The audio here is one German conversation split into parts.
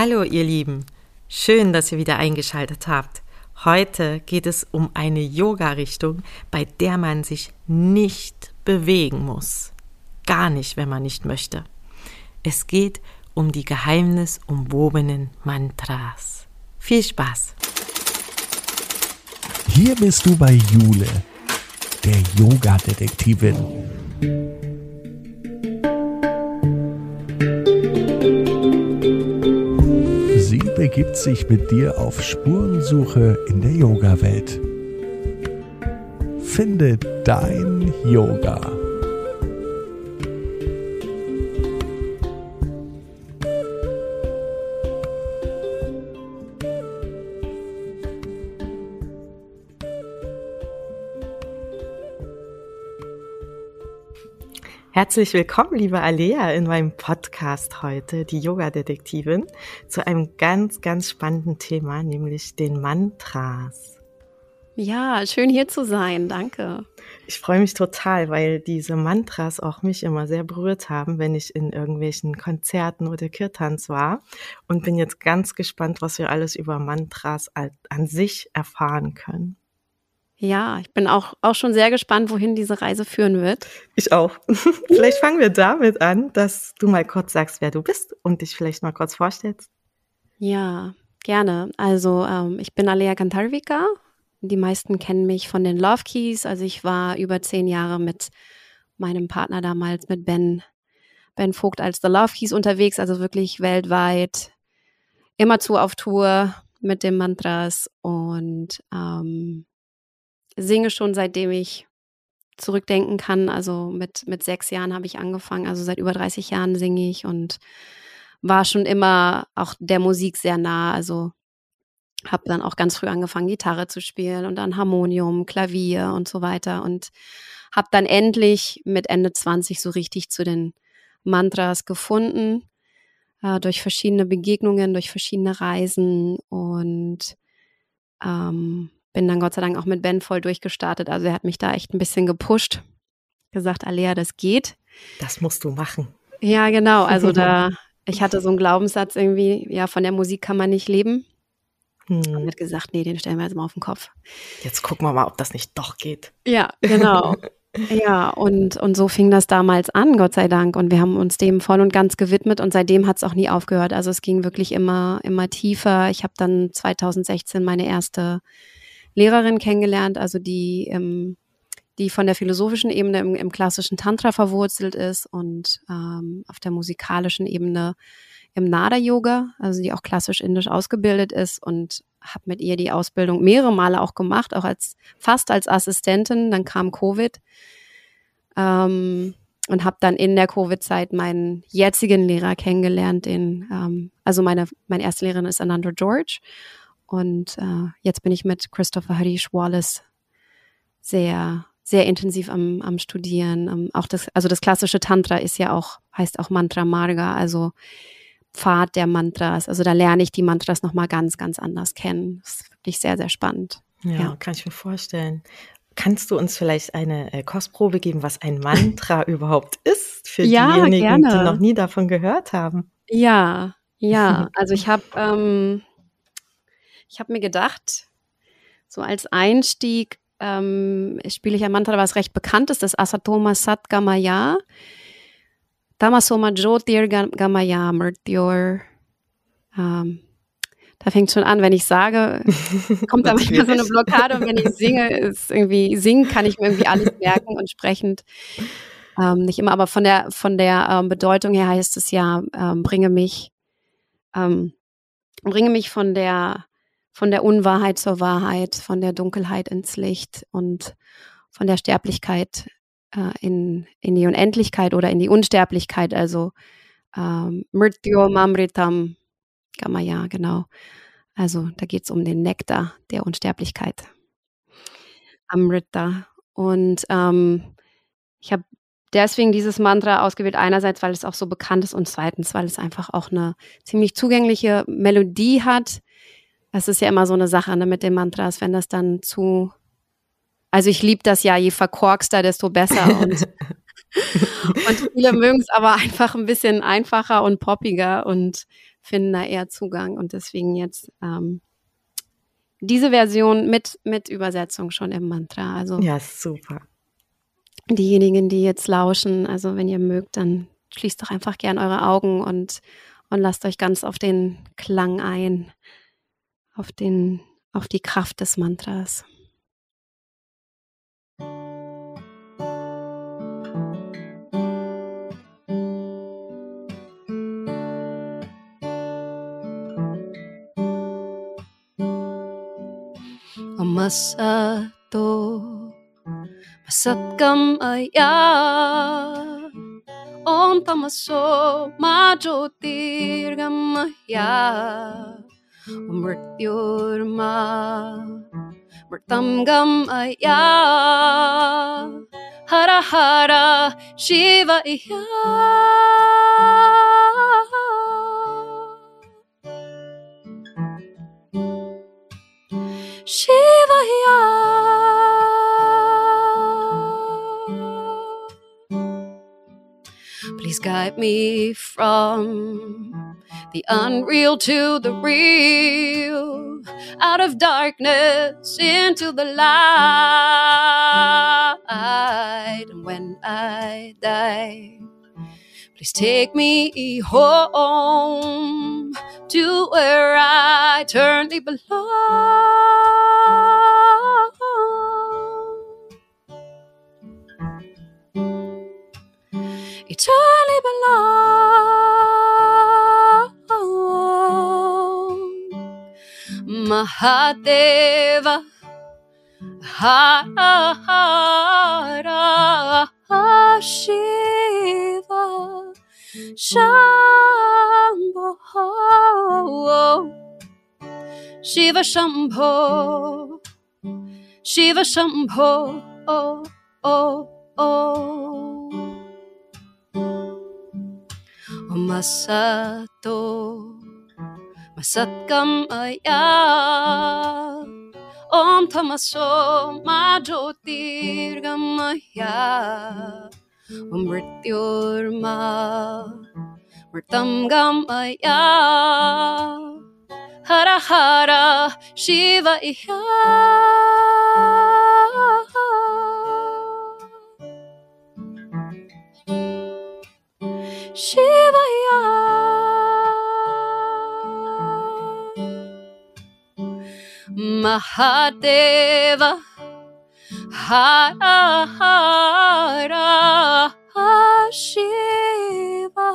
Hallo ihr Lieben, schön, dass ihr wieder eingeschaltet habt. Heute geht es um eine Yoga-Richtung, bei der man sich nicht bewegen muss. Gar nicht, wenn man nicht möchte. Es geht um die geheimnisumwobenen Mantras. Viel Spaß! Hier bist du bei Jule, der Yoga-Detektivin. Sie begibt sich mit dir auf Spurensuche in der Yoga-Welt. Finde dein Yoga. Herzlich willkommen, liebe Alea, in meinem Podcast heute, die Yoga-Detektivin, zu einem ganz, ganz spannenden Thema, nämlich den Mantras. Ja, schön hier zu sein, danke. Ich freue mich total, weil diese Mantras auch mich immer sehr berührt haben, wenn ich in irgendwelchen Konzerten oder Kirtans war, und bin jetzt ganz gespannt, was wir alles über Mantras an sich erfahren können. Ja, ich bin auch schon sehr gespannt, wohin diese Reise führen wird. Ich auch. Vielleicht fangen wir damit an, dass du mal kurz sagst, wer du bist und dich vielleicht mal kurz vorstellst. Ja, gerne. Also ich bin Alea Kantarvika. Die meisten kennen mich von den Love Keys. Also ich war über 10 Jahre mit meinem Partner damals, mit Ben Vogt als The Love Keys unterwegs, also wirklich weltweit, immerzu auf Tour mit den Mantras und singe schon seitdem ich zurückdenken kann. Also mit 6 Jahren habe ich angefangen, also seit über 30 Jahren singe ich und war schon immer auch der Musik sehr nah. Also habe dann auch ganz früh angefangen, Gitarre zu spielen und dann Harmonium, Klavier und so weiter und habe dann endlich mit Ende 20 so richtig zu den Mantras gefunden, durch verschiedene Begegnungen, durch verschiedene Reisen und bin dann Gott sei Dank auch mit Ben voll durchgestartet. Also er hat mich da echt ein bisschen gepusht, gesagt, Alea, das geht. Das musst du machen. Ja, genau. Also ich hatte so einen Glaubenssatz irgendwie, ja, von der Musik kann man nicht leben. Und er hat gesagt, nee, den stellen wir jetzt mal auf den Kopf. Jetzt gucken wir mal, ob das nicht doch geht. Ja, genau. Ja, und so fing das damals an, Gott sei Dank. Und wir haben uns dem voll und ganz gewidmet und seitdem hat es auch nie aufgehört. Also es ging wirklich immer tiefer. Ich habe dann 2016 meine erste Lehrerin kennengelernt, also die von der philosophischen Ebene im klassischen Tantra verwurzelt ist und auf der musikalischen Ebene im Nada-Yoga, also die auch klassisch indisch ausgebildet ist, und habe mit ihr die Ausbildung mehrere Male auch gemacht, auch fast als Assistentin. Dann kam Covid und habe dann in der Covid-Zeit meinen jetzigen Lehrer kennengelernt, also meine erste Lehrerin ist Anandra George. Und jetzt bin ich mit Christopher Harish Wallace sehr, sehr intensiv am Studieren. Auch das klassische Tantra heißt auch Mantra Marga, also Pfad der Mantras. Also da lerne ich die Mantras nochmal ganz, ganz anders kennen. Das ist wirklich sehr, sehr spannend. Ja, kann ich mir vorstellen. Kannst du uns vielleicht eine Kostprobe geben, was ein Mantra überhaupt ist, für diejenigen, gerne, die noch nie davon gehört haben? Ja. Also ich habe mir gedacht, so als Einstieg spiele ich ein Mantra, was recht bekannt ist, das Asatoma Sat Gamaya, Tamasoma Jyotir Gamaya Mrityor. Da fängt schon an, wenn ich sage, kommt da manchmal so eine Blockade, und wenn ich singe, singen kann ich mir irgendwie alles merken und sprechend nicht immer, aber von der Bedeutung her heißt es ja, bringe mich von der Unwahrheit zur Wahrheit, von der Dunkelheit ins Licht und von der Sterblichkeit in die Unendlichkeit oder in die Unsterblichkeit, also Mrityo Mamritam Gamaya, genau. Also da geht es um den Nektar der Unsterblichkeit. Amrita. Und ich habe deswegen dieses Mantra ausgewählt, einerseits, weil es auch so bekannt ist und zweitens, weil es einfach auch eine ziemlich zugängliche Melodie hat. Das ist ja immer so eine Sache, ne, mit den Mantras, wenn das dann also ich liebe das ja, je verkorkster, desto besser. Und Und viele mögen es aber einfach ein bisschen einfacher und poppiger und finden da eher Zugang. Und deswegen jetzt diese Version mit Übersetzung schon im Mantra. Also Ja, super. diejenigen, die jetzt lauschen, also wenn ihr mögt, dann schließt doch einfach gern eure Augen und lasst euch ganz auf den Klang ein, auf die Kraft des Mantras. Masato Masatkam aya Om Tamaso Majotirgamaya Om Mrityurma Mritamgam aya Hara Hara Shiva iya Shivaya. Please guide me from the unreal to the real, out of darkness into the light. And when I die, please take me home to where I eternally belong. Eternally belong. Mahadeva Hara Shiva Shambho Shiva Shambho Shiva Shambho Masato Masatkam aya Om Tamaso Majotirgamaya Om Mrityurma Mritamgam aya Hara Hara Shiva iya Shivaya. Mahadeva Hara Hara Shiva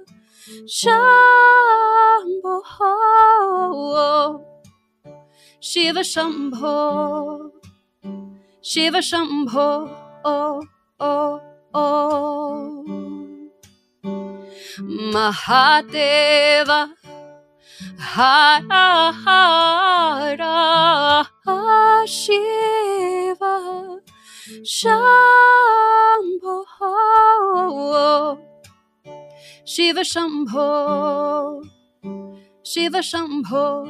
Shambho Shiva Shambho Shiva Shambho Mahadeva Hara Hara Shiva Shambho Shiva Shambho Shiva Shambho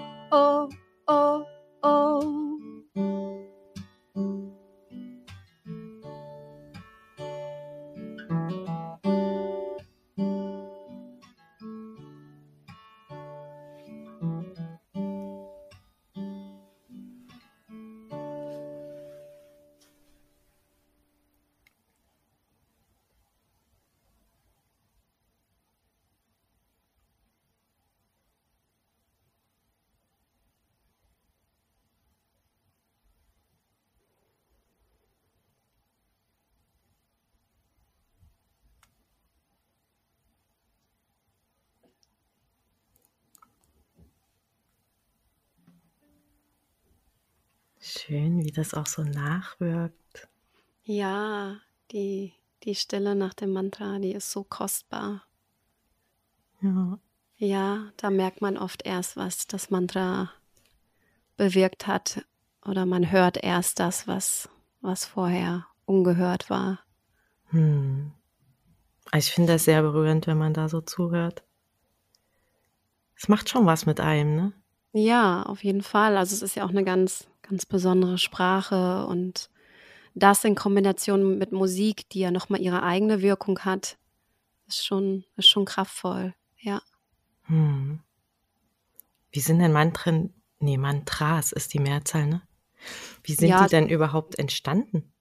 Schön, wie das auch so nachwirkt. Ja, die Stille nach dem Mantra, die ist so kostbar. Ja. Ja, da merkt man oft erst, was das Mantra bewirkt hat, oder man hört erst das, was vorher ungehört war. Also ich finde das sehr berührend, wenn man da so zuhört. Es macht schon was mit einem, ne? Ja, auf jeden Fall. Also es ist ja auch eine ganz, ganz besondere Sprache und das in Kombination mit Musik, die ja nochmal ihre eigene Wirkung hat, ist schon kraftvoll, ja. Wie sind denn Mantras ist die Mehrzahl, ne? Wie sind Ja, die denn überhaupt entstanden?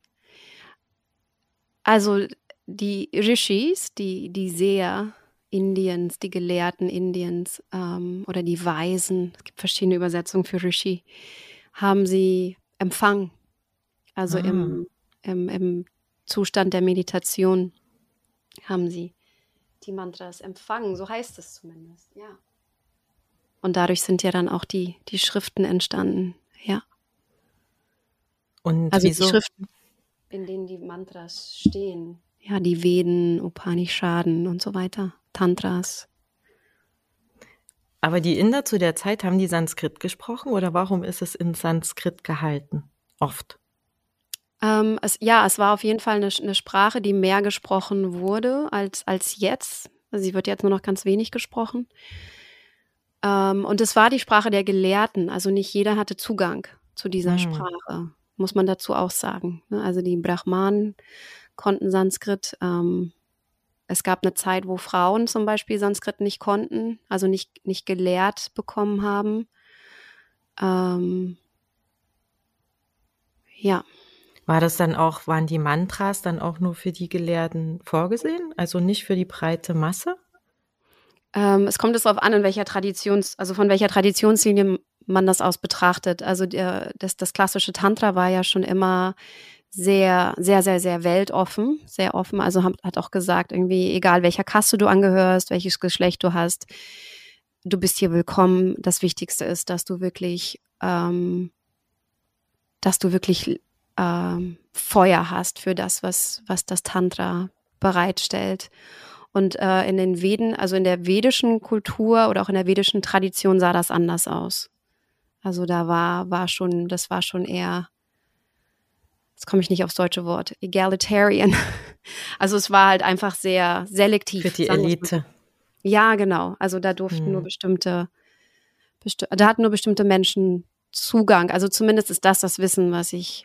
also die Rishis, die Seher Indiens, die Gelehrten Indiens oder die Weisen, es gibt verschiedene Übersetzungen für Rishi, haben sie empfangen. Also im Zustand der Meditation haben sie die Mantras empfangen, so heißt es zumindest, ja. Und dadurch sind ja dann auch die Schriften entstanden, ja. Und Also wieso? die Schriften, in denen die Mantras stehen, ja, die Veden, Upanishaden und so weiter, Tantras. Aber die Inder zu der Zeit, haben die Sanskrit gesprochen oder warum ist es in Sanskrit gehalten? Oft. Es war auf jeden Fall eine Sprache, die mehr gesprochen wurde als jetzt. Also sie wird jetzt nur noch ganz wenig gesprochen. Und es war die Sprache der Gelehrten. Also nicht jeder hatte Zugang zu dieser Sprache, muss man dazu auch sagen. Also die Brahmanen konnten Sanskrit. Es gab eine Zeit, wo Frauen zum Beispiel Sanskrit nicht konnten, also nicht gelehrt bekommen haben. Ja. Waren die Mantras dann auch nur für die Gelehrten vorgesehen? Also nicht für die breite Masse? Es kommt jetzt darauf an, von welcher Traditionslinie man das aus betrachtet. Also das klassische Tantra war ja schon immer sehr, sehr, sehr, sehr weltoffen, sehr offen. Also hat auch gesagt, irgendwie, egal welcher Kaste du angehörst, welches Geschlecht du hast, du bist hier willkommen. Das Wichtigste ist, dass du wirklich Feuer hast für das, was das Tantra bereitstellt. Und in den Veden, also in der vedischen Kultur oder auch in der vedischen Tradition sah das anders aus. Also das war schon eher, jetzt komme ich nicht aufs deutsche Wort, egalitarian. Also es war halt einfach sehr selektiv. Für die Elite. Ja, genau. Also da durften nur da hatten nur bestimmte Menschen Zugang. Also zumindest ist das Wissen, was ich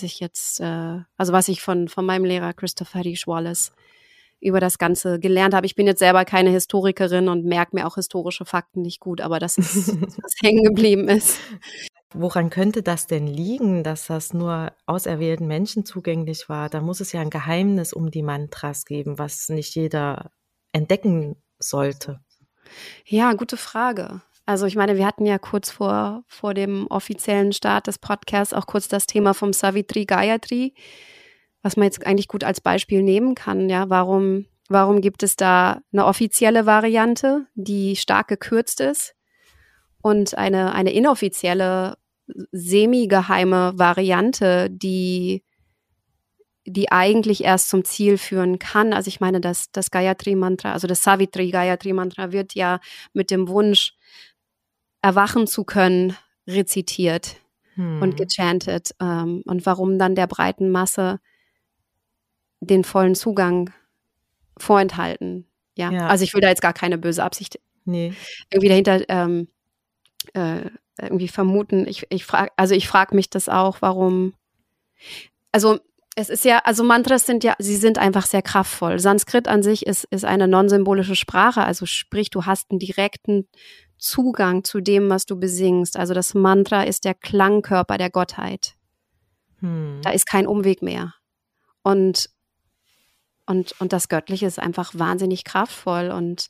von meinem Lehrer Christopher Harish Wallace über das Ganze gelernt habe. Ich bin jetzt selber keine Historikerin und merke mir auch historische Fakten nicht gut, aber das ist, was hängen geblieben ist. Woran könnte das denn liegen, dass das nur auserwählten Menschen zugänglich war? Da muss es ja ein Geheimnis um die Mantras geben, was nicht jeder entdecken sollte. Ja, gute Frage. Also ich meine, wir hatten ja kurz vor dem offiziellen Start des Podcasts auch kurz das Thema vom Savitri Gayatri, was man jetzt eigentlich gut als Beispiel nehmen kann. Ja, warum gibt es da eine offizielle Variante, die stark gekürzt ist und eine inoffizielle, semi-geheime Variante, die eigentlich erst zum Ziel führen kann. Also ich meine, das Gayatri-Mantra, also das Savitri-Gayatri-Mantra wird ja mit dem Wunsch, erwachen zu können, rezitiert und gechantet. Und warum dann der breiten Masse den vollen Zugang vorenthalten. Ja. Also ich will da jetzt gar keine böse Absicht irgendwie dahinter irgendwie vermuten. Ich frage mich das auch, warum. Also es ist ja, also Mantras sie sind einfach sehr kraftvoll. Sanskrit an sich ist eine non-symbolische Sprache, also sprich, du hast einen direkten Zugang zu dem, was du besingst. Also das Mantra ist der Klangkörper der Gottheit. Da ist kein Umweg mehr. Und das Göttliche ist einfach wahnsinnig kraftvoll. Und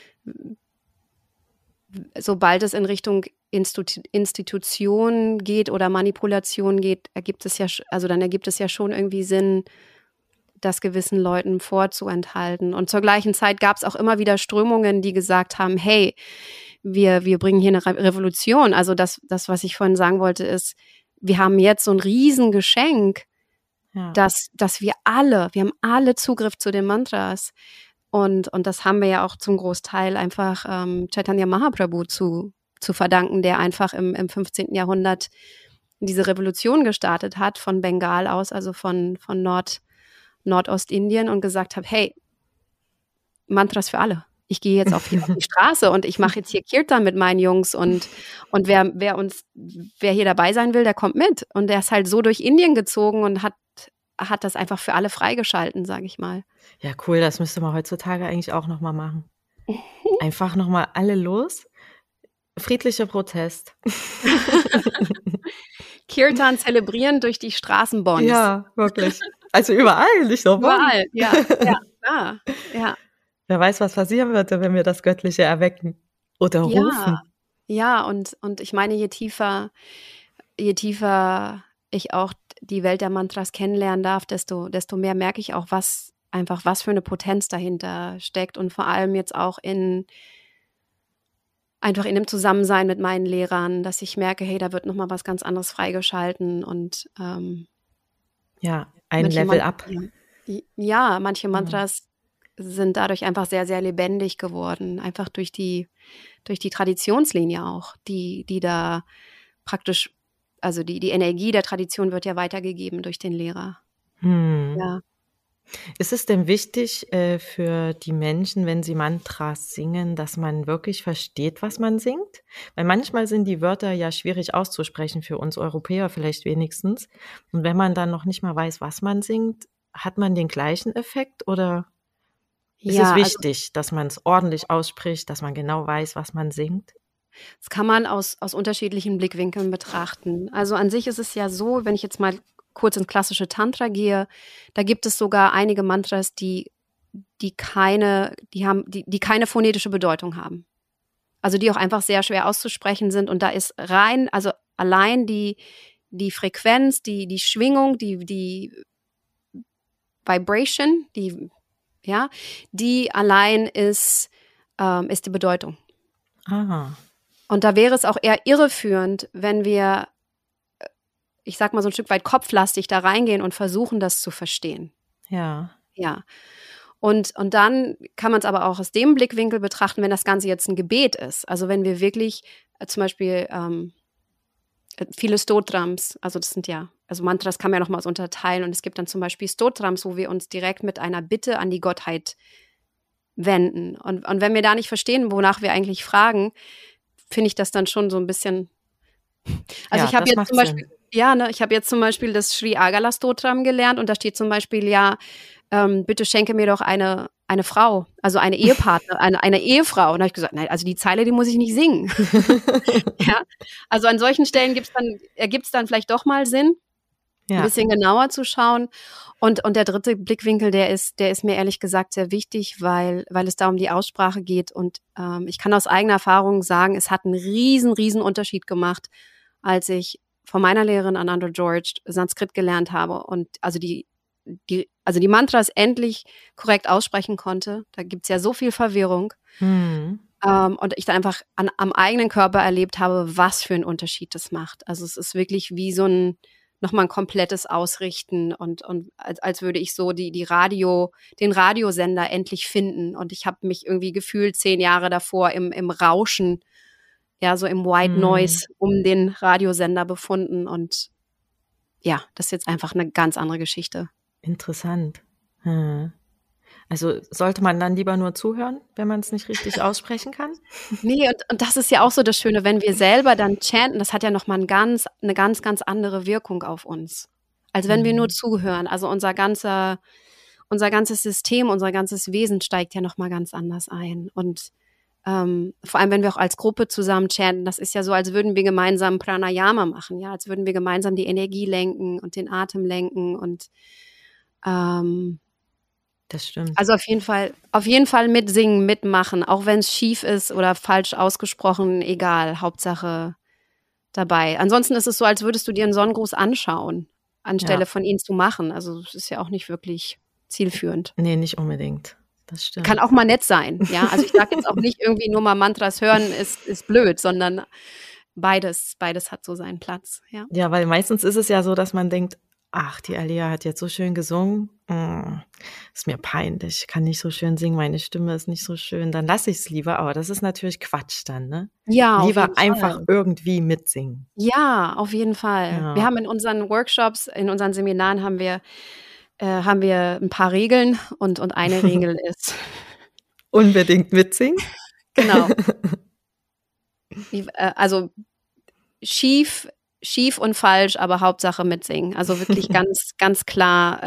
sobald es in Richtung Institution geht oder Manipulation geht, ergibt es ja schon irgendwie Sinn, das gewissen Leuten vorzuenthalten. Und zur gleichen Zeit gab es auch immer wieder Strömungen, die gesagt haben, hey, wir bringen hier eine Revolution. Also das, was ich vorhin sagen wollte, ist, wir haben jetzt so ein Riesengeschenk, dass wir haben alle Zugriff zu den Mantras. Und das haben wir ja auch zum Großteil einfach Chaitanya Mahaprabhu zu verdanken, der einfach im 15. Jahrhundert diese Revolution gestartet hat, von Bengal aus, also von Nordostindien, und gesagt hat, hey, Mantras für alle. Ich gehe jetzt auf die Straße und ich mache jetzt hier Kirtan mit meinen Jungs und wer hier dabei sein will, der kommt mit. Und der ist halt so durch Indien gezogen und hat hat das einfach für alle freigeschalten, sage ich mal. Ja, cool, das müsste man heutzutage eigentlich auch nochmal machen. Einfach nochmal alle los. Friedlicher Protest. Kirtan zelebrieren durch die Straßenbons. Ja, wirklich. Also überall, nicht nur überall. Ja, klar. Ja. Wer weiß, was passieren würde, wenn wir das Göttliche erwecken oder rufen. Ja, und ich meine, je tiefer ich auch die Welt der Mantras kennenlernen darf, desto mehr merke ich auch, was für eine Potenz dahinter steckt und vor allem jetzt auch einfach in dem Zusammensein mit meinen Lehrern, dass ich merke, hey, da wird nochmal was ganz anderes freigeschalten und ein Level up. Ja, manche Mantras sind dadurch einfach sehr, sehr lebendig geworden, einfach durch die Traditionslinie auch, die da praktisch, also die Energie der Tradition wird ja weitergegeben durch den Lehrer. Ja. Ist es denn wichtig für die Menschen, wenn sie Mantras singen, dass man wirklich versteht, was man singt? Weil manchmal sind die Wörter ja schwierig auszusprechen, für uns Europäer vielleicht wenigstens. Und wenn man dann noch nicht mal weiß, was man singt, hat man den gleichen Effekt oder ist es wichtig, dass man es ordentlich ausspricht, dass man genau weiß, was man singt? Das kann man aus unterschiedlichen Blickwinkeln betrachten. Also an sich ist es ja so, wenn ich jetzt mal kurz ins klassische Tantra gehe, da gibt es sogar einige Mantras, die keine phonetische Bedeutung haben. Also die auch einfach sehr schwer auszusprechen sind und da ist also allein die Frequenz, die Schwingung, die Vibration, die allein ist die Bedeutung. Aha. Und da wäre es auch eher irreführend, wenn wir, ich sag mal so ein Stück weit kopflastig da reingehen und versuchen, das zu verstehen. Ja. Ja. Und dann kann man es aber auch aus dem Blickwinkel betrachten, wenn das Ganze jetzt ein Gebet ist. Also wenn wir wirklich zum Beispiel viele Stotrams, also das sind also Mantras kann man ja nochmals unterteilen und es gibt dann zum Beispiel Stotrams, wo wir uns direkt mit einer Bitte an die Gottheit wenden. Und wenn wir da nicht verstehen, wonach wir eigentlich fragen, finde ich das dann schon so ein bisschen. Also ich habe jetzt zum Beispiel, ich habe jetzt zum Beispiel das Sri Agala Stotram gelernt und da steht zum Beispiel bitte schenke mir doch eine Frau, also eine Ehepartner, eine Ehefrau. Und da habe ich gesagt, nein, also die Zeile, die muss ich nicht singen. Ja, also an solchen Stellen ergibt es dann vielleicht doch mal Sinn, ein bisschen genauer zu schauen. Und der dritte Blickwinkel, der ist mir ehrlich gesagt sehr wichtig, weil es da um die Aussprache geht. Und ich kann aus eigener Erfahrung sagen, es hat einen riesen Unterschied gemacht, als ich von meiner Lehrerin Ananda George Sanskrit gelernt habe und also die Mantras endlich korrekt aussprechen konnte. Da gibt's ja so viel Verwirrung. Und ich dann einfach am eigenen Körper erlebt habe, was für einen Unterschied das macht. Also es ist wirklich wie so nochmal ein komplettes Ausrichten und als würde ich so den Radiosender endlich finden. Und ich habe mich irgendwie gefühlt 10 Jahre davor im Rauschen, so im White Noise um den Radiosender befunden. Und ja, das ist jetzt einfach eine ganz andere Geschichte. Interessant. Also sollte man dann lieber nur zuhören, wenn man es nicht richtig aussprechen kann? Nee, und das ist ja auch so das Schöne, wenn wir selber dann chanten, das hat ja nochmal eine ganz andere Wirkung auf uns, als wenn wir nur zuhören. Also unser ganzes System, unser ganzes Wesen steigt ja nochmal ganz anders ein. Und vor allem, wenn wir auch als Gruppe zusammen chanten, das ist ja so, als würden wir gemeinsam Pranayama machen, als würden wir gemeinsam die Energie lenken und den Atem lenken und das stimmt. Also auf jeden Fall mitsingen, mitmachen, auch wenn es schief ist oder falsch ausgesprochen, egal, Hauptsache dabei. Ansonsten ist es so, als würdest du dir einen Sonnengruß anschauen, anstelle von ihn zu machen. Also es ist ja auch nicht wirklich zielführend. Nee, nicht unbedingt. Das stimmt. Kann auch mal nett sein, ja. Also ich sage jetzt auch nicht irgendwie nur mal Mantras hören ist blöd, sondern beides hat so seinen Platz, ja. Ja, weil meistens ist es ja so, dass man denkt, ach, die Alia hat jetzt so schön gesungen, ist mir peinlich, ich kann nicht so schön singen, meine Stimme ist nicht so schön, dann lasse ich es lieber, aber das ist natürlich Quatsch dann, ne? Ja, lieber einfach irgendwie mitsingen. Ja, auf jeden Fall. Ja. Wir haben in unseren Workshops, in unseren Seminaren haben wir ein paar Regeln und eine Regel ist unbedingt mitsingen. Genau. Also schief schief und falsch, aber Hauptsache mitsingen. Also wirklich ganz, ganz klar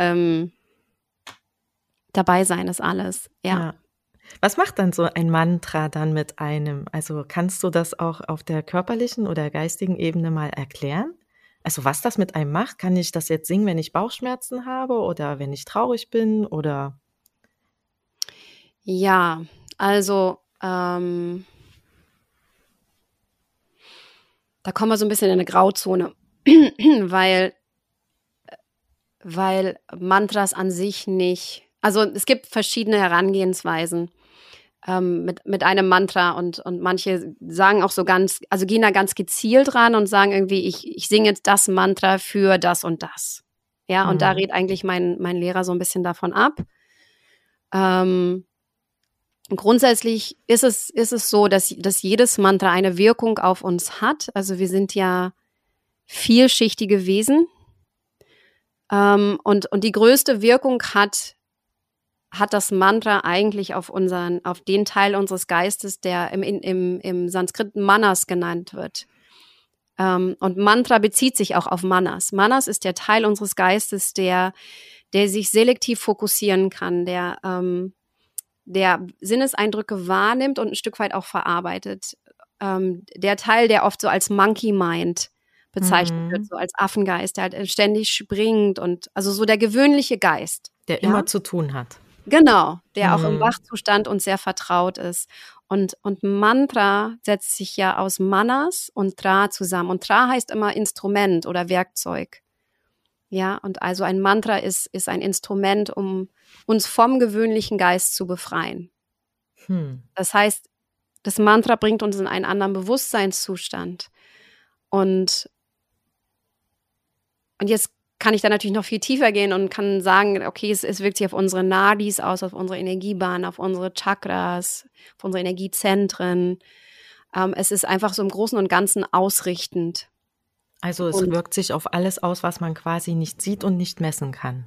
dabei sein ist alles. Ja. Was macht dann so ein Mantra dann mit einem? Also kannst du das auch auf der körperlichen oder geistigen Ebene mal erklären? Also was das mit einem macht? Kann ich das jetzt singen, wenn ich Bauchschmerzen habe oder wenn ich traurig bin oder? Ja, also da kommen wir so ein bisschen in eine Grauzone, weil Mantras an sich nicht, also es gibt verschiedene Herangehensweisen mit einem Mantra und manche sagen auch so also gehen da ganz gezielt ran und sagen irgendwie, ich singe jetzt das Mantra für das und das. Ja, und da rät eigentlich mein Lehrer so ein bisschen davon ab. Grundsätzlich ist es so, dass jedes Mantra eine Wirkung auf uns hat. Also wir sind ja vielschichtige Wesen. Und die größte Wirkung hat das Mantra eigentlich auf den Teil unseres Geistes, der im Sanskrit Manas genannt wird. Und Mantra bezieht sich auch auf Manas. Manas ist der Teil unseres Geistes, der sich selektiv fokussieren kann, der Sinneseindrücke wahrnimmt und ein Stück weit auch verarbeitet. Der Teil, der oft so als Monkey Mind bezeichnet wird, so als Affengeist, der halt ständig springt und also so der gewöhnliche Geist. Der immer zu tun hat. Genau, der auch im Wachzustand uns sehr vertraut ist. Und Mantra setzt sich ja aus Manas und Tra zusammen. Und Tra heißt immer Instrument oder Werkzeug. Ja, und also ein Mantra ist ein Instrument, um uns vom gewöhnlichen Geist zu befreien. Das heißt, das Mantra bringt uns in einen anderen Bewusstseinszustand. Und jetzt kann ich da natürlich noch viel tiefer gehen und kann sagen, okay, es wirkt sich auf unsere Nadis aus, auf unsere Energiebahn, auf unsere Chakras, auf unsere Energiezentren. Es ist einfach so im Großen und Ganzen ausrichtend. Also es wirkt sich auf alles aus, was man quasi nicht sieht und nicht messen kann.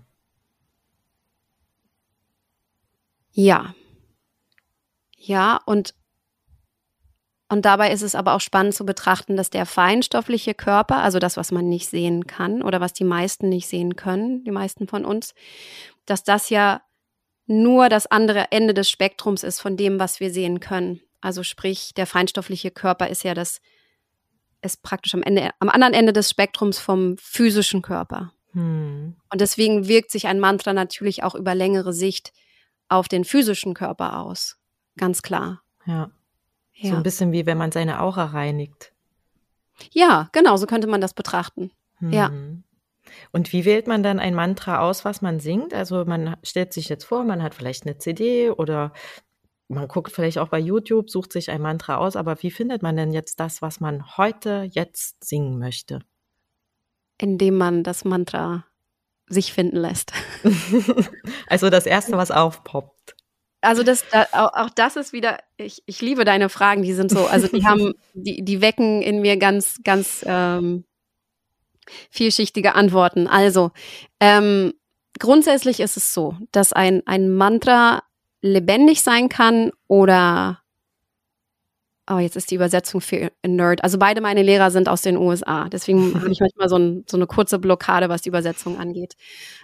Ja. Ja, und dabei ist es aber auch spannend zu betrachten, dass der feinstoffliche Körper, also das, was man nicht sehen kann oder was die meisten nicht sehen können, die meisten von uns, dass das ja nur das andere Ende des Spektrums ist von dem, was wir sehen können. Also sprich, der feinstoffliche Körper ist praktisch am anderen Ende des Spektrums vom physischen Körper. Und deswegen wirkt sich ein Mantra natürlich auch über längere Sicht auf den physischen Körper aus. Ganz klar. Ja. So ein bisschen wie wenn man seine Aura reinigt. Ja, genau, so könnte man das betrachten. Ja. Und wie wählt man dann ein Mantra aus, was man singt? Also man stellt sich jetzt vor, man hat vielleicht eine CD oder man guckt vielleicht auch bei YouTube, sucht sich ein Mantra aus, aber wie findet man denn jetzt das, was man jetzt singen möchte? Indem man das Mantra sich finden lässt. Also das Erste, was aufpoppt. Also auch das ist wieder, ich liebe deine Fragen, die sind so, also die wecken in mir ganz, ganz vielschichtige Antworten. Also grundsätzlich ist es so, dass ein Mantra lebendig sein kann oder jetzt ist die Übersetzung für Nerd. Also beide meine Lehrer sind aus den USA, deswegen habe ich manchmal so eine kurze Blockade, was die Übersetzung angeht.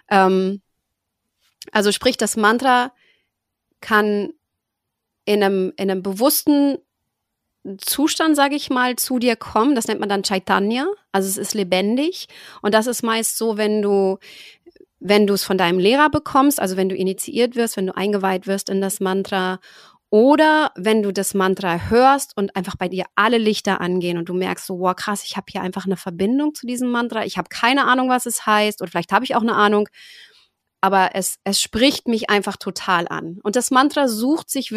Also sprich, das Mantra kann in einem bewussten Zustand, sage ich mal, zu dir kommen. Das nennt man dann Chaitanya. Also es ist lebendig. Und das ist meist so, wenn du es von deinem Lehrer bekommst, also wenn du initiiert wirst, wenn du eingeweiht wirst in das Mantra oder wenn du das Mantra hörst und einfach bei dir alle Lichter angehen und du merkst so, wow, krass, ich habe hier einfach eine Verbindung zu diesem Mantra. Ich habe keine Ahnung, was es heißt oder vielleicht habe ich auch eine Ahnung. Aber es spricht mich einfach total an. Und das Mantra sucht sich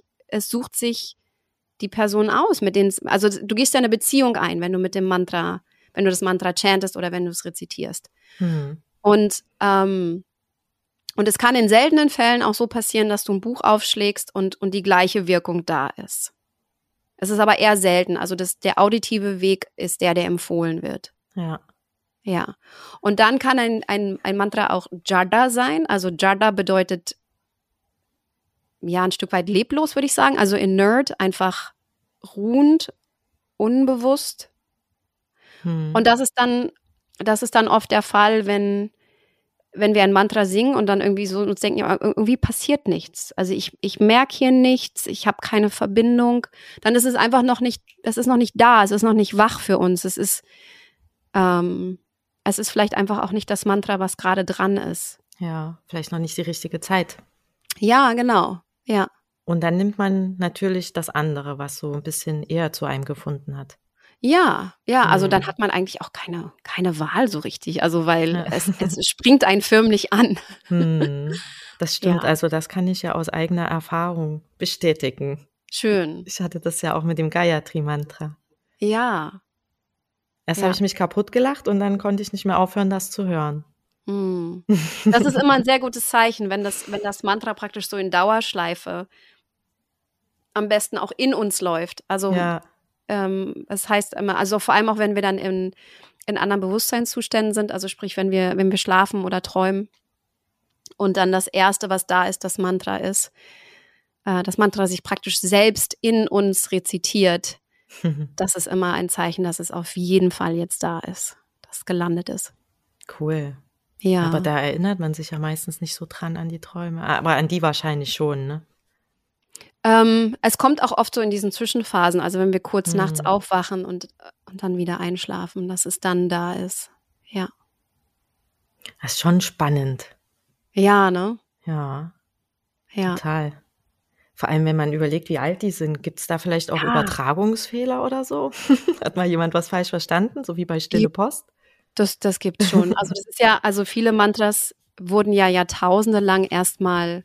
die Person aus, also du gehst ja eine Beziehung ein, wenn du das Mantra chantest oder wenn du es rezitierst. Und es kann in seltenen Fällen auch so passieren, dass du ein Buch aufschlägst und die gleiche Wirkung da ist. Es ist aber eher selten. Also der auditive Weg ist der empfohlen wird. Ja. Ja, und dann kann ein Mantra auch Jada sein. Also Jada bedeutet ja ein Stück weit leblos, würde ich sagen. Also inert, einfach ruhend, unbewusst. Und das ist dann oft der Fall, wenn wir ein Mantra singen und dann irgendwie so uns denken, ja, irgendwie passiert nichts. Also ich merke hier nichts, ich habe keine Verbindung. Dann ist es einfach noch nicht da, es ist noch nicht wach für uns. Es ist vielleicht einfach auch nicht das Mantra, was gerade dran ist. Ja, vielleicht noch nicht die richtige Zeit. Ja, genau, ja. Und dann nimmt man natürlich das andere, was so ein bisschen eher zu einem gefunden hat. Ja, also dann hat man eigentlich auch keine Wahl so richtig, also weil es springt einen förmlich an. Das stimmt, Ja. also das kann ich ja aus eigener Erfahrung bestätigen. Schön. Ich hatte das ja auch mit dem Gayatri-Mantra. Ja. Erst habe ich mich kaputt gelacht und dann konnte ich nicht mehr aufhören, das zu hören. Das ist immer ein sehr gutes Zeichen, wenn das Mantra praktisch so in Dauerschleife am besten auch in uns läuft. Also es heißt immer, also vor allem auch, wenn wir dann in anderen Bewusstseinszuständen sind, also sprich, wenn wir schlafen oder träumen und dann das Erste, was da ist, das Mantra ist, das Mantra sich praktisch selbst in uns rezitiert, das ist immer ein Zeichen, dass es auf jeden Fall jetzt da ist, dass es gelandet ist. Cool. Ja. Aber da erinnert man sich ja meistens nicht so dran an die Träume, aber an die wahrscheinlich schon, ne? Es kommt auch oft so in diesen Zwischenphasen, also wenn wir kurz nachts aufwachen und dann wieder einschlafen, dass es dann da ist. Ja. Das ist schon spannend. Ja, ne? Ja. Ja. Total. Vor allem, wenn man überlegt, wie alt die sind, gibt es da vielleicht auch Übertragungsfehler oder so? Hat mal jemand was falsch verstanden, so wie bei Stille Post? Das gibt's schon. Also das ist ja, also viele Mantras wurden ja jahrtausende lang erstmal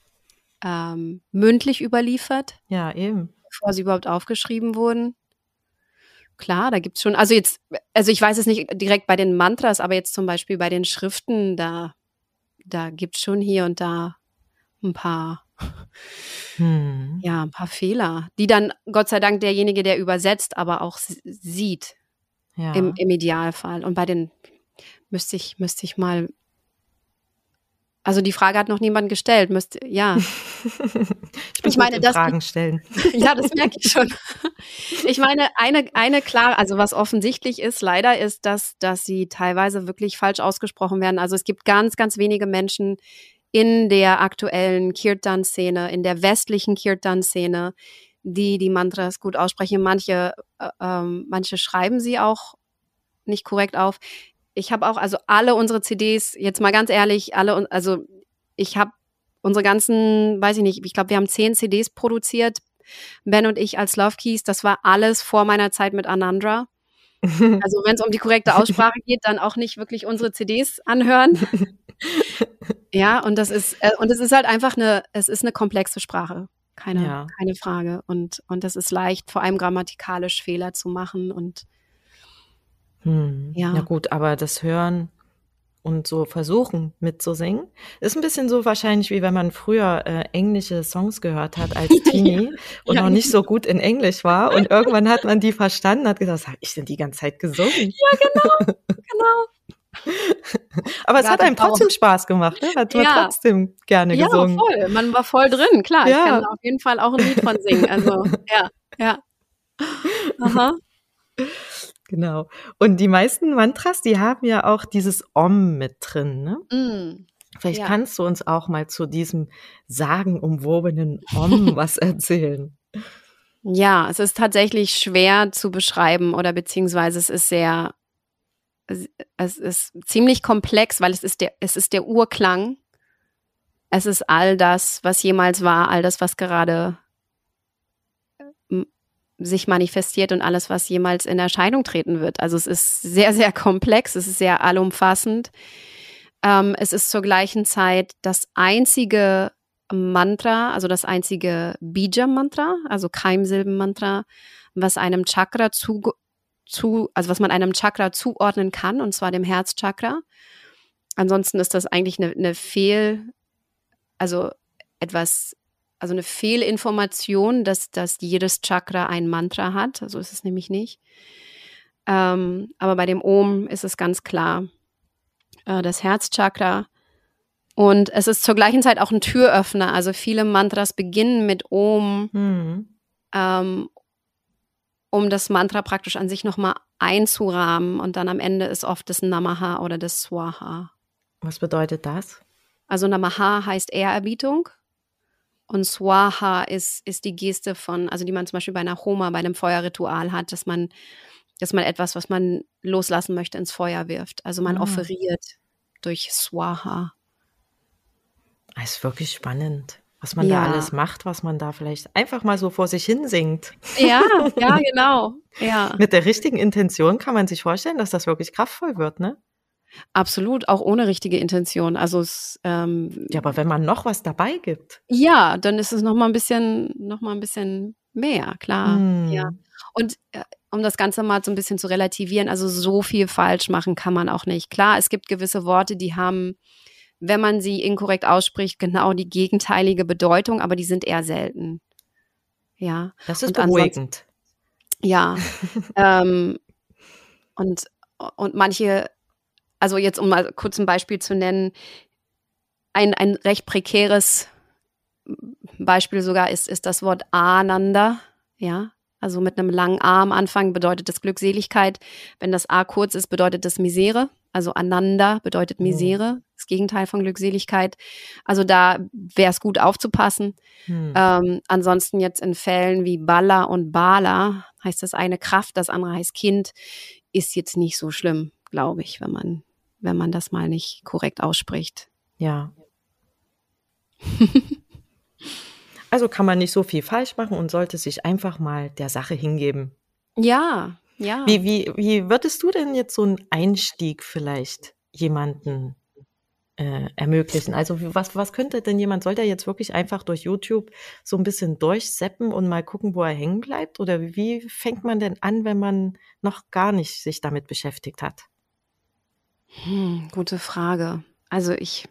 mündlich überliefert. Ja, eben. Bevor sie überhaupt aufgeschrieben wurden. Klar, da gibt's schon, also ich weiß es nicht direkt bei den Mantras, aber jetzt zum Beispiel bei den Schriften, da gibt's schon hier und da ein paar Fehler, die dann Gott sei Dank derjenige, der übersetzt, aber auch sieht. Ja. Im Idealfall. Und bei den müsste ich mal, also die Frage hat noch niemand gestellt, ich meine, das Fragen stellen. Ja, das merke ich schon. Ich meine, eine klar, also was offensichtlich ist, leider ist, dass sie teilweise wirklich falsch ausgesprochen werden. Also es gibt ganz, ganz wenige Menschen in der aktuellen Kirtan-Szene, in der westlichen Kirtan-Szene, die Mantras gut aussprechen. Manche schreiben sie auch nicht korrekt auf. Ich habe auch, also alle unsere CDs, jetzt mal ganz ehrlich, ich habe unsere ganzen, weiß ich nicht, ich glaube, wir haben 10 CDs produziert, Ben und ich als Love Keys, das war alles vor meiner Zeit mit Anandra. Also wenn es um die korrekte Aussprache geht, dann auch nicht wirklich unsere CDs anhören. Ja, und es ist halt einfach eine komplexe Sprache. Keine Frage. Und das ist leicht, vor allem grammatikalisch Fehler zu machen und ja gut, aber das Hören und so versuchen mitzusingen, ist ein bisschen so wahrscheinlich, wie wenn man früher englische Songs gehört hat als Teenie und noch nicht so gut in Englisch war und irgendwann hat man die verstanden, hat gesagt, was habe ich denn die ganze Zeit gesungen? Ja, genau. Aber es hat einem trotzdem Spaß gemacht, ne? Hat man trotzdem gerne gesungen. Ja, voll. Man war voll drin, klar. Ja. Ich kann auf jeden Fall auch ein Lied von singen. Also, ja. Aha. Genau. Und die meisten Mantras, die haben ja auch dieses Om mit drin, ne? Vielleicht kannst du uns auch mal zu diesem sagenumwobenen Om was erzählen. Ja, es ist tatsächlich schwer zu beschreiben oder beziehungsweise es ist ziemlich komplex, weil es ist der Urklang. Es ist all das, was jemals war, all das, was gerade sich manifestiert und alles, was jemals in Erscheinung treten wird. Also es ist sehr, sehr komplex, es ist sehr allumfassend. Es ist zur gleichen Zeit das einzige Mantra, also das einzige Bija-Mantra, also Keimsilben-Mantra, was einem Chakra was man einem Chakra zuordnen kann, und zwar dem Herzchakra. Ansonsten ist das eigentlich eine Fehlinformation, dass jedes Chakra ein Mantra hat. So ist es nämlich nicht. Aber bei dem Om ist es ganz klar das Herzchakra. Und es ist zur gleichen Zeit auch ein Türöffner. Also viele Mantras beginnen mit Om. um das Mantra praktisch an sich nochmal einzurahmen. Und dann am Ende ist oft das Namaha oder das Swaha. Was bedeutet das? Also Namaha heißt Ehrerbietung und Swaha ist die Geste von, also die man zum Beispiel bei einer Homa, bei einem Feuerritual hat, dass man etwas, was man loslassen möchte, ins Feuer wirft. Also man offeriert durch Swaha. Das ist wirklich spannend, was man da alles macht, was man da vielleicht einfach mal so vor sich hin singt. Ja, genau. Ja. Mit der richtigen Intention kann man sich vorstellen, dass das wirklich kraftvoll wird, ne? Absolut, auch ohne richtige Intention. Also aber wenn man noch was dabei gibt. Ja, dann ist es noch mal ein bisschen mehr, klar. Ja. Und um das Ganze mal so ein bisschen zu relativieren, also so viel falsch machen kann man auch nicht. Klar, es gibt gewisse Worte, die haben, wenn man sie inkorrekt ausspricht, genau die gegenteilige Bedeutung, aber die sind eher selten. Ja. Das ist beruhigend. Ja. Und manche, also jetzt um mal kurz ein Beispiel zu nennen, ein recht prekäres Beispiel sogar ist das Wort Ananda, ja, also mit einem langen A am Anfang bedeutet das Glückseligkeit. Wenn das A kurz ist, bedeutet das Misere. Also Ananda bedeutet Misere, das Gegenteil von Glückseligkeit. Also da wäre es gut aufzupassen. Ansonsten jetzt in Fällen wie Bala und Bala heißt das eine Kraft, das andere heißt Kind, ist jetzt nicht so schlimm, glaube ich, wenn man das mal nicht korrekt ausspricht. Ja. Also kann man nicht so viel falsch machen und sollte sich einfach mal der Sache hingeben. Ja. Wie würdest du denn jetzt so einen Einstieg vielleicht jemanden ermöglichen? Also was könnte denn jemand, soll der jetzt wirklich einfach durch YouTube so ein bisschen durchseppen und mal gucken, wo er hängen bleibt? Oder wie fängt man denn an, wenn man noch gar nicht sich damit beschäftigt hat? Gute Frage. Also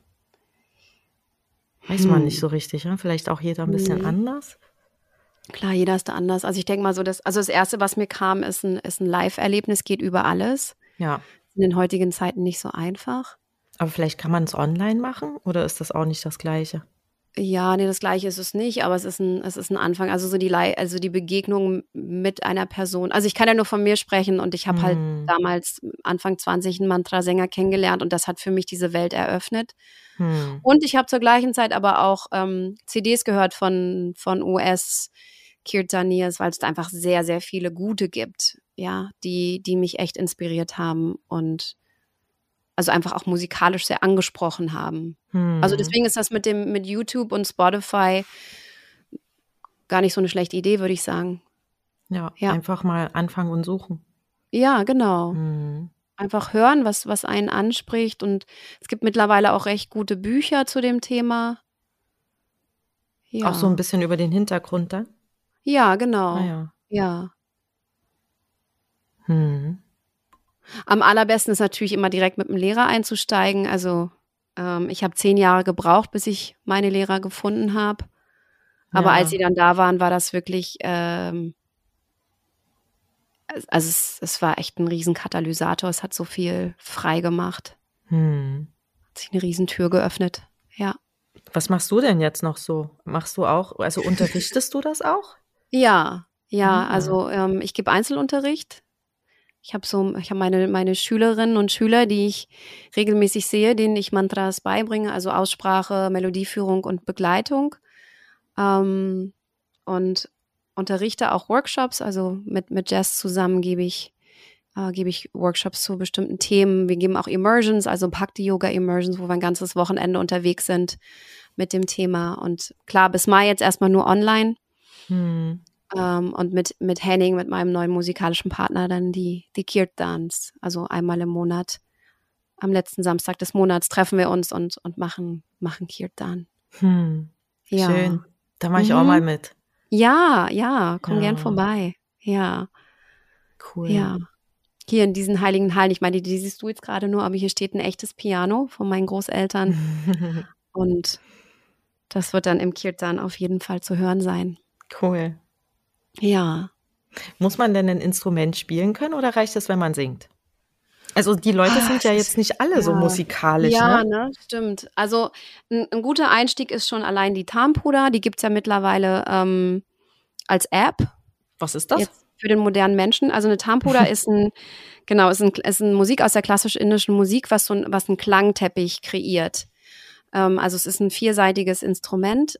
weiß man nicht so richtig, ne? Vielleicht auch jeder ein bisschen anders. Klar, jeder ist da anders. Also ich denke mal so, das Erste, was mir kam, ist ein Live-Erlebnis, geht über alles. Ja. In den heutigen Zeiten nicht so einfach. Aber vielleicht kann man es online machen oder ist das auch nicht das Gleiche? Ja, nee, das Gleiche ist es nicht, aber es ist ein Anfang. Also so die Begegnung mit einer Person. Also ich kann ja nur von mir sprechen und ich habe halt damals Anfang 20 einen Mantra-Sänger kennengelernt und das hat für mich diese Welt eröffnet. Und ich habe zur gleichen Zeit aber auch CDs gehört von US-Kirtaniers, weil es da einfach sehr, sehr viele gute gibt, ja, die mich echt inspiriert haben und also einfach auch musikalisch sehr angesprochen haben. Also deswegen ist das mit YouTube und Spotify gar nicht so eine schlechte Idee, würde ich sagen. Ja, einfach mal anfangen und suchen. Ja, genau. Einfach hören, was einen anspricht. Und es gibt mittlerweile auch recht gute Bücher zu dem Thema. Ja. Auch so ein bisschen über den Hintergrund dann? Ja, genau. Ja. Am allerbesten ist natürlich immer direkt mit dem Lehrer einzusteigen. Also ich habe 10 Jahre gebraucht, bis ich meine Lehrer gefunden habe. Aber als sie dann da waren, war das wirklich, also es war echt ein Riesenkatalysator. Es hat so viel frei gemacht. Hat sich eine Riesentür geöffnet. Ja. Was machst du denn jetzt noch so? Machst du auch, also unterrichtest du das auch? Ja, also ich gebe Einzelunterricht. Ich habe meine Schülerinnen und Schüler, die ich regelmäßig sehe, denen ich Mantras beibringe, also Aussprache, Melodieführung und Begleitung. Und unterrichte auch Workshops, also mit Jazz zusammen gebe ich Workshops zu bestimmten Themen. Wir geben auch Immersions, also Bhakti-Yoga-Immersions, wo wir ein ganzes Wochenende unterwegs sind mit dem Thema. Und klar, bis Mai jetzt erstmal nur online. Und mit Henning, mit meinem neuen musikalischen Partner, dann die Kirtans. Also einmal im Monat, am letzten Samstag des Monats treffen wir uns und machen Kirtan. Ja. Schön. Da mache ich auch mal mit. Ja, komm gern vorbei. Ja. Cool. Ja. Hier in diesen heiligen Hallen, ich meine, die siehst du jetzt gerade nur, aber hier steht ein echtes Piano von meinen Großeltern. Und das wird dann im Kirtan auf jeden Fall zu hören sein. Cool. Ja. Muss man denn ein Instrument spielen können oder reicht es, wenn man singt? Also die Leute sind ja jetzt nicht alle so musikalisch, ja, ne? Ja, stimmt. Also ein guter Einstieg ist schon allein die Tampuda. Die gibt es ja mittlerweile als App. Was ist das? für den modernen Menschen. Also eine Tampuda ist ein Musik aus der klassisch indischen Musik, was einen Klangteppich kreiert. Also es ist ein vierseitiges Instrument,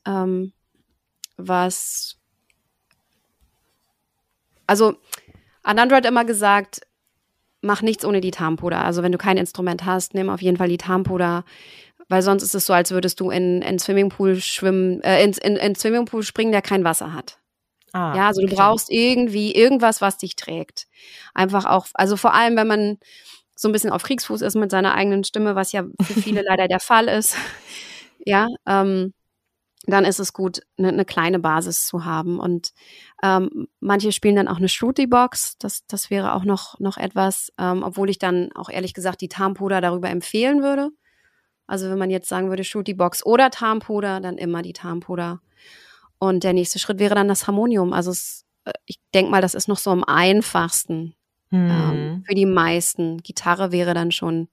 Anandra hat immer gesagt, mach nichts ohne die Tampuda. Also wenn du kein Instrument hast, nimm auf jeden Fall die Tampuda, weil sonst ist es so, als würdest du in Swimmingpool schwimmen, in Swimmingpool springen, der kein Wasser hat. Ja, also du brauchst irgendwas, was dich trägt. Einfach auch, also vor allem, wenn man so ein bisschen auf Kriegsfuß ist mit seiner eigenen Stimme, was ja für viele leider der Fall ist, ja, dann ist es gut, eine kleine Basis zu haben. Und manche spielen dann auch eine Shruti-Box, das wäre auch noch etwas, obwohl ich dann auch ehrlich gesagt die Tampuda darüber empfehlen würde. Also wenn man jetzt sagen würde Shruti-Box oder Tampuda, dann immer die Tampuda. Und der nächste Schritt wäre dann das Harmonium. Also ich denke mal, das ist noch so am einfachsten für die meisten. Gitarre wäre dann schon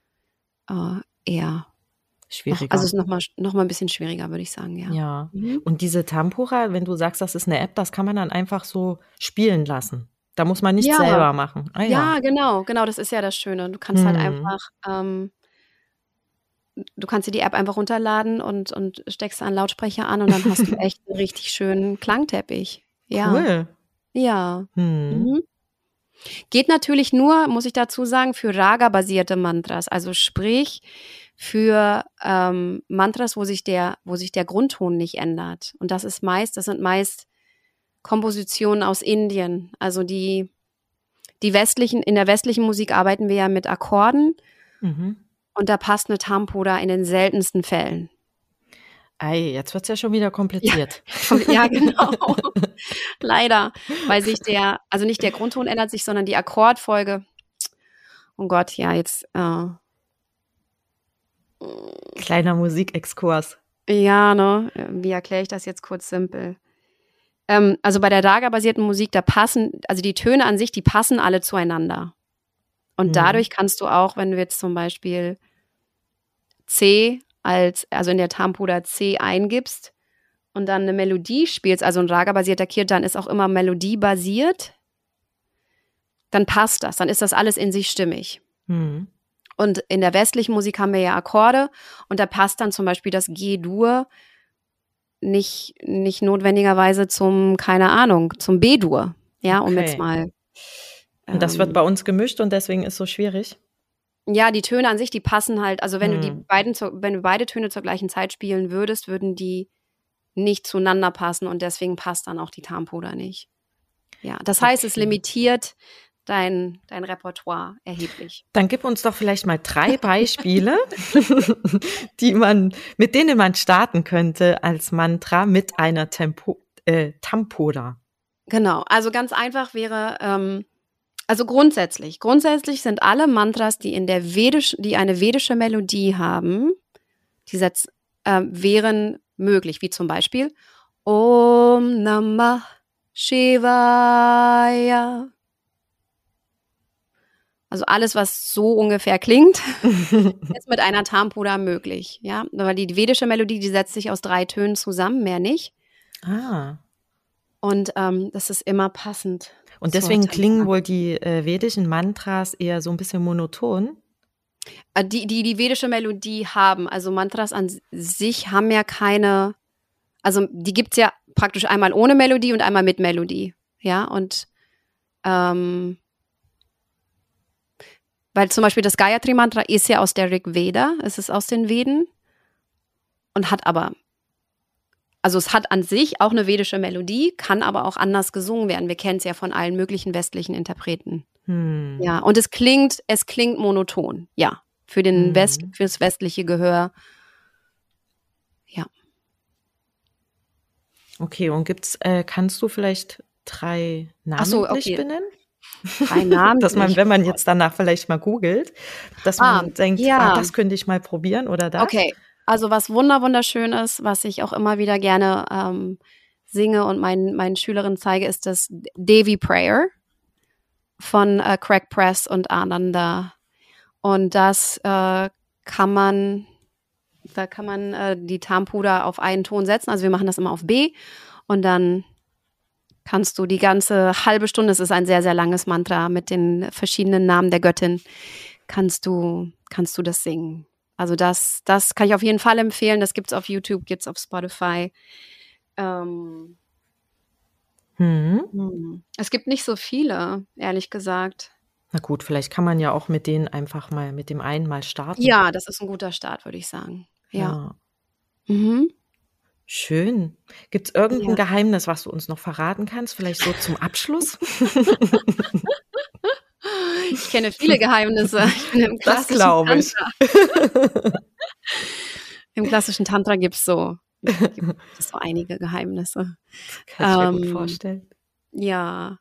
eher schwieriger. Also es ist noch mal ein bisschen schwieriger, würde ich sagen, ja. Ja. Und diese Tampura, wenn du sagst, das ist eine App, das kann man dann einfach so spielen lassen. Da muss man nichts selber machen. Ja, genau, das ist ja das Schöne. Du kannst halt einfach du kannst dir die App einfach runterladen und steckst einen Lautsprecher an und dann hast du echt einen richtig schönen Klangteppich. Ja. Cool. Ja. Geht natürlich nur, muss ich dazu sagen, für Raga-basierte Mantras. Also sprich für Mantras, wo sich der Grundton nicht ändert. Und das sind meist Kompositionen aus Indien. Also in der westlichen Musik arbeiten wir ja mit Akkorden. Und da passt eine Tampuda in den seltensten Fällen. Ei, jetzt wird's ja schon wieder kompliziert. Ja, genau. Leider, weil sich nicht der Grundton ändert sich, sondern die Akkordfolge. Oh Gott, ja, jetzt. Kleiner Musikexkurs. Ja, ne? Wie erkläre ich das jetzt kurz simpel? Also bei der Raga-basierten Musik, die Töne an sich, die passen alle zueinander. Und dadurch kannst du auch, wenn du jetzt zum Beispiel C also in der Tampuda C eingibst und dann eine Melodie spielst, also ein Raga-basierter Kirtan ist auch immer melodiebasiert, dann passt das, dann ist das alles in sich stimmig. Und in der westlichen Musik haben wir ja Akkorde und da passt dann zum Beispiel das G-Dur nicht notwendigerweise zum B-Dur, ja, um jetzt mal. Und das wird bei uns gemischt und deswegen ist es so schwierig? Ja, die Töne an sich, die passen halt, also wenn du wenn du beide Töne zur gleichen Zeit spielen würdest, würden die nicht zueinander passen und deswegen passt dann auch die Tampuda nicht. Ja, das heißt, es limitiert dein Repertoire erheblich. Dann gib uns doch vielleicht mal 3 Beispiele, mit denen man starten könnte als Mantra mit einer Tampuda. Genau, also ganz einfach wäre, also grundsätzlich sind alle Mantras, die eine vedische Melodie haben, wären möglich, wie zum Beispiel Om Namah Shivaya. Also alles, was so ungefähr klingt, ist mit einer Tampuda möglich. Ja, weil die vedische Melodie, die setzt sich aus 3 Tönen zusammen, mehr nicht. Und das ist immer passend. Und deswegen klingen wohl die vedischen Mantras eher so ein bisschen monoton? Die vedische Melodie haben, also Mantras an sich haben ja keine, also die gibt's ja praktisch einmal ohne Melodie und einmal mit Melodie. Ja, und weil zum Beispiel das Gayatri-Mantra ist ja aus der Rig Veda, es ist aus den Veden und es hat an sich auch eine vedische Melodie, kann aber auch anders gesungen werden. Wir kennen es ja von allen möglichen westlichen Interpreten. Ja, und es klingt monoton, ja, fürs westliche Gehör. Ja. Okay, und kannst du vielleicht 3 namentlich benennen? 3 Namen. Dass man, wenn man jetzt danach vielleicht mal googelt, dass man denkt, das könnte ich mal probieren oder das. Okay. Also was wunderschön ist, was ich auch immer wieder gerne singe und meinen Schülerinnen zeige, ist das Devi Prayer von Craig Press und Ananda. Und das kann man die Tampuda auf einen Ton setzen. Also wir machen das immer auf B und dann kannst du die ganze halbe Stunde, es ist ein sehr, sehr langes Mantra mit den verschiedenen Namen der Göttin, kannst du das singen. Also das kann ich auf jeden Fall empfehlen. Das gibt's auf YouTube, gibt's auf Spotify. Es gibt nicht so viele, ehrlich gesagt. Na gut, vielleicht kann man ja auch mit denen einfach mal, mit dem einen mal starten. Ja, das ist ein guter Start, würde ich sagen. Ja. Mhm. Schön. Gibt es irgendein Geheimnis, was du uns noch verraten kannst? Vielleicht so zum Abschluss? Ich kenne viele Geheimnisse. Ich bin im Das glaube ich. Im klassischen Tantra gibt es so einige Geheimnisse. Kann ich mir gut vorstellen. Ja.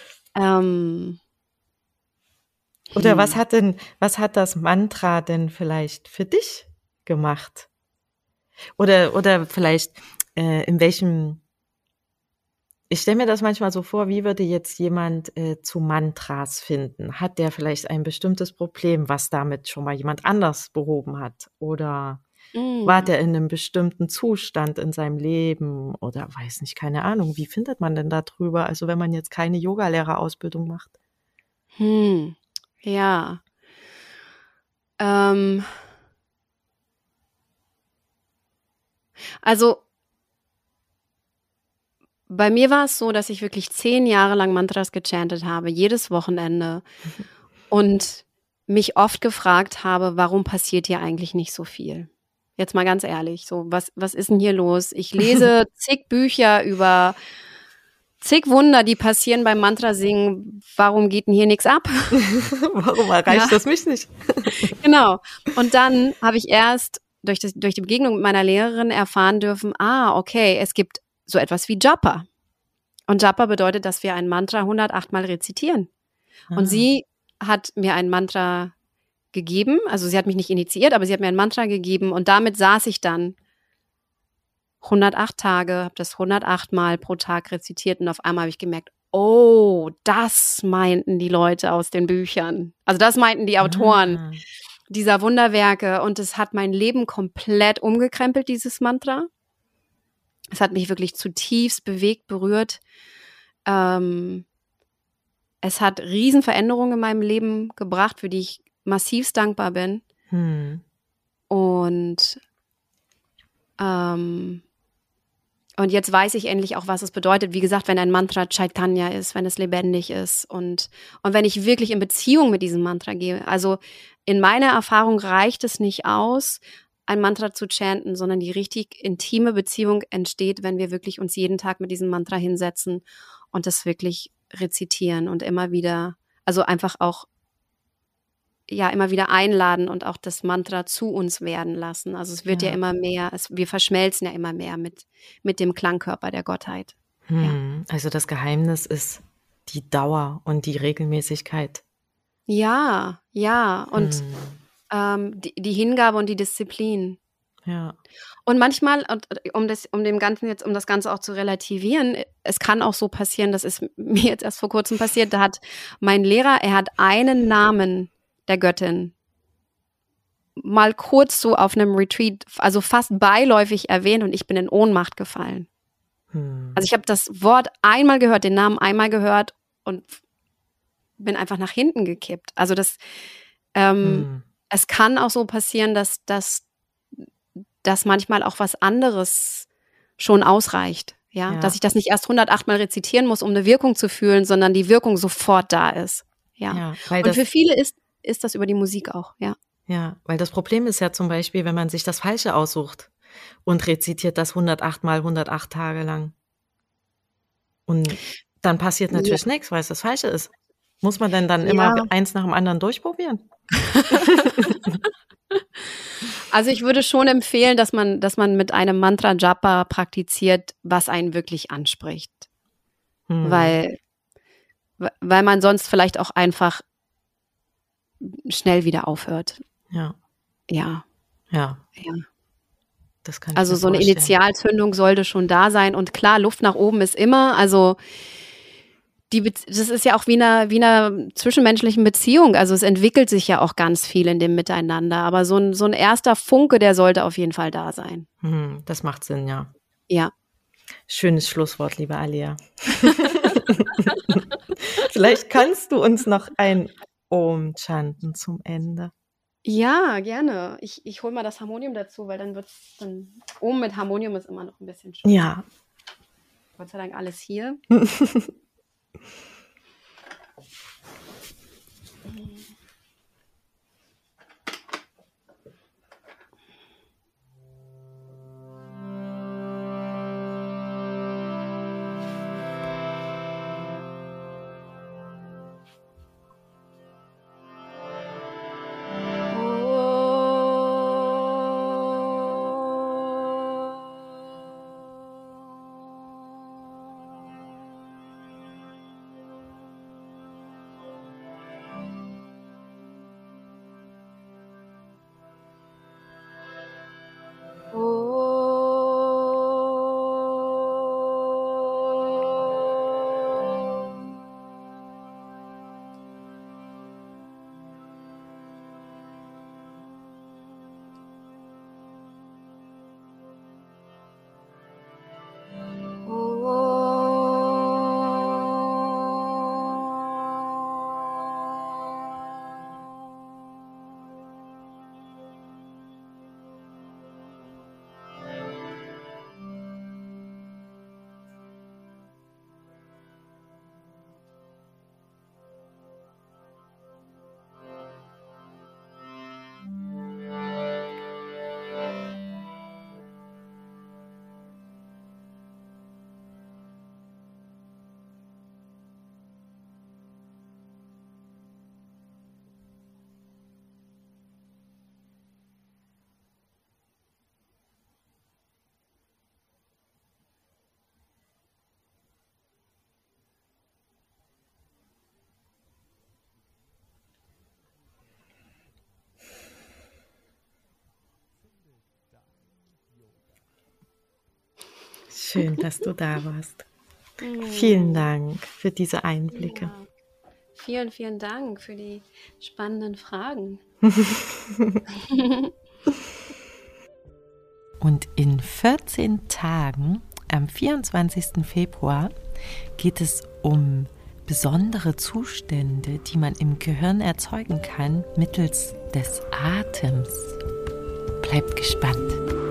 Oder was hat das Mantra denn vielleicht für dich gemacht? Oder vielleicht in welchem, ich stelle mir das manchmal so vor, wie würde jetzt jemand zu Mantras finden? Hat der vielleicht ein bestimmtes Problem, was damit schon mal jemand anders behoben hat? Oder war der in einem bestimmten Zustand in seinem Leben? Oder weiß nicht, keine Ahnung. Wie findet man denn da drüber? Also wenn man jetzt keine Yogalehrerausbildung macht. Ja. Also bei mir war es so, dass ich wirklich 10 Jahre lang Mantras gechantet habe, jedes Wochenende. Und mich oft gefragt habe, warum passiert hier eigentlich nicht so viel? Jetzt mal ganz ehrlich, so was ist denn hier los? Ich lese zig Bücher über zig Wunder, die passieren beim Mantra-Singen. Warum geht denn hier nichts ab? Warum erreicht das mich nicht? Genau. Und dann habe ich erst durch die Begegnung mit meiner Lehrerin erfahren dürfen, okay, es gibt so etwas wie Japa. Und Japa bedeutet, dass wir ein Mantra 108 Mal rezitieren. Und sie hat mir ein Mantra gegeben, also sie hat mich nicht initiiert, aber sie hat mir ein Mantra gegeben und damit saß ich dann 108 Tage, habe das 108 Mal pro Tag rezitiert und auf einmal habe ich gemerkt, das meinten die Leute aus den Büchern. Also das meinten die Autoren dieser Wunderwerke und es hat mein Leben komplett umgekrempelt, dieses Mantra. Es hat mich wirklich zutiefst bewegt, berührt. Es hat Riesenveränderungen in meinem Leben gebracht, für die ich massivst dankbar bin. Und jetzt weiß ich endlich auch, was es bedeutet. Wie gesagt, wenn ein Mantra Chaitanya ist, wenn es lebendig ist und wenn ich wirklich in Beziehung mit diesem Mantra gehe. Also in meiner Erfahrung reicht es nicht aus, ein Mantra zu chanten, sondern die richtig intime Beziehung entsteht, wenn wir wirklich uns jeden Tag mit diesem Mantra hinsetzen und das wirklich rezitieren und immer wieder, also einfach auch immer wieder einladen und auch das Mantra zu uns werden lassen. Also es wird ja immer mehr, wir verschmelzen ja immer mehr mit dem Klangkörper der Gottheit. Also das Geheimnis ist die Dauer und die Regelmäßigkeit. Ja, und die Hingabe und die Disziplin. Ja. Und manchmal, um das Ganze auch zu relativieren, es kann auch so passieren, das ist mir jetzt erst vor kurzem passiert, da hat mein Lehrer, er hat einen Namen der Göttin mal kurz so auf einem Retreat, also fast beiläufig erwähnt und ich bin in Ohnmacht gefallen. Also ich habe das Wort einmal gehört, den Namen einmal gehört und bin einfach nach hinten gekippt. Also das, es kann auch so passieren, dass manchmal auch was anderes schon ausreicht. Ja, dass ich das nicht erst 108 Mal rezitieren muss, um eine Wirkung zu fühlen, sondern die Wirkung sofort da ist. Ja, und für viele ist das über die Musik auch, ja. Ja, weil das Problem ist ja zum Beispiel, wenn man sich das Falsche aussucht und rezitiert das 108 Mal 108 Tage lang. Und dann passiert natürlich nichts, weil es das Falsche ist. Muss man denn dann immer eins nach dem anderen durchprobieren? Also ich würde schon empfehlen, dass man mit einem Mantra Japa praktiziert, was einen wirklich anspricht. Weil man sonst vielleicht auch einfach schnell wieder aufhört. Ja. Das kann ich also mir so eine vorstellen. Initialzündung sollte schon da sein. Und klar, Luft nach oben ist immer, also das ist ja auch wie einer zwischenmenschlichen Beziehung. Also es entwickelt sich ja auch ganz viel in dem Miteinander. Aber so ein erster Funke, der sollte auf jeden Fall da sein. Das macht Sinn, ja. Ja. Schönes Schlusswort, liebe Alia. Vielleicht kannst du uns noch ein Om chanten zum Ende. Ja, gerne. Ich hole mal das Harmonium dazu, weil dann Om mit Harmonium ist immer noch ein bisschen schwer. Ja. Gott sei Dank alles hier. Schön, dass du da warst. Vielen Dank für diese Einblicke. Ja. Vielen, vielen Dank für die spannenden Fragen. Und in 14 Tagen, am 24. Februar, geht es um besondere Zustände, die man im Gehirn erzeugen kann mittels des Atems. Bleibt gespannt.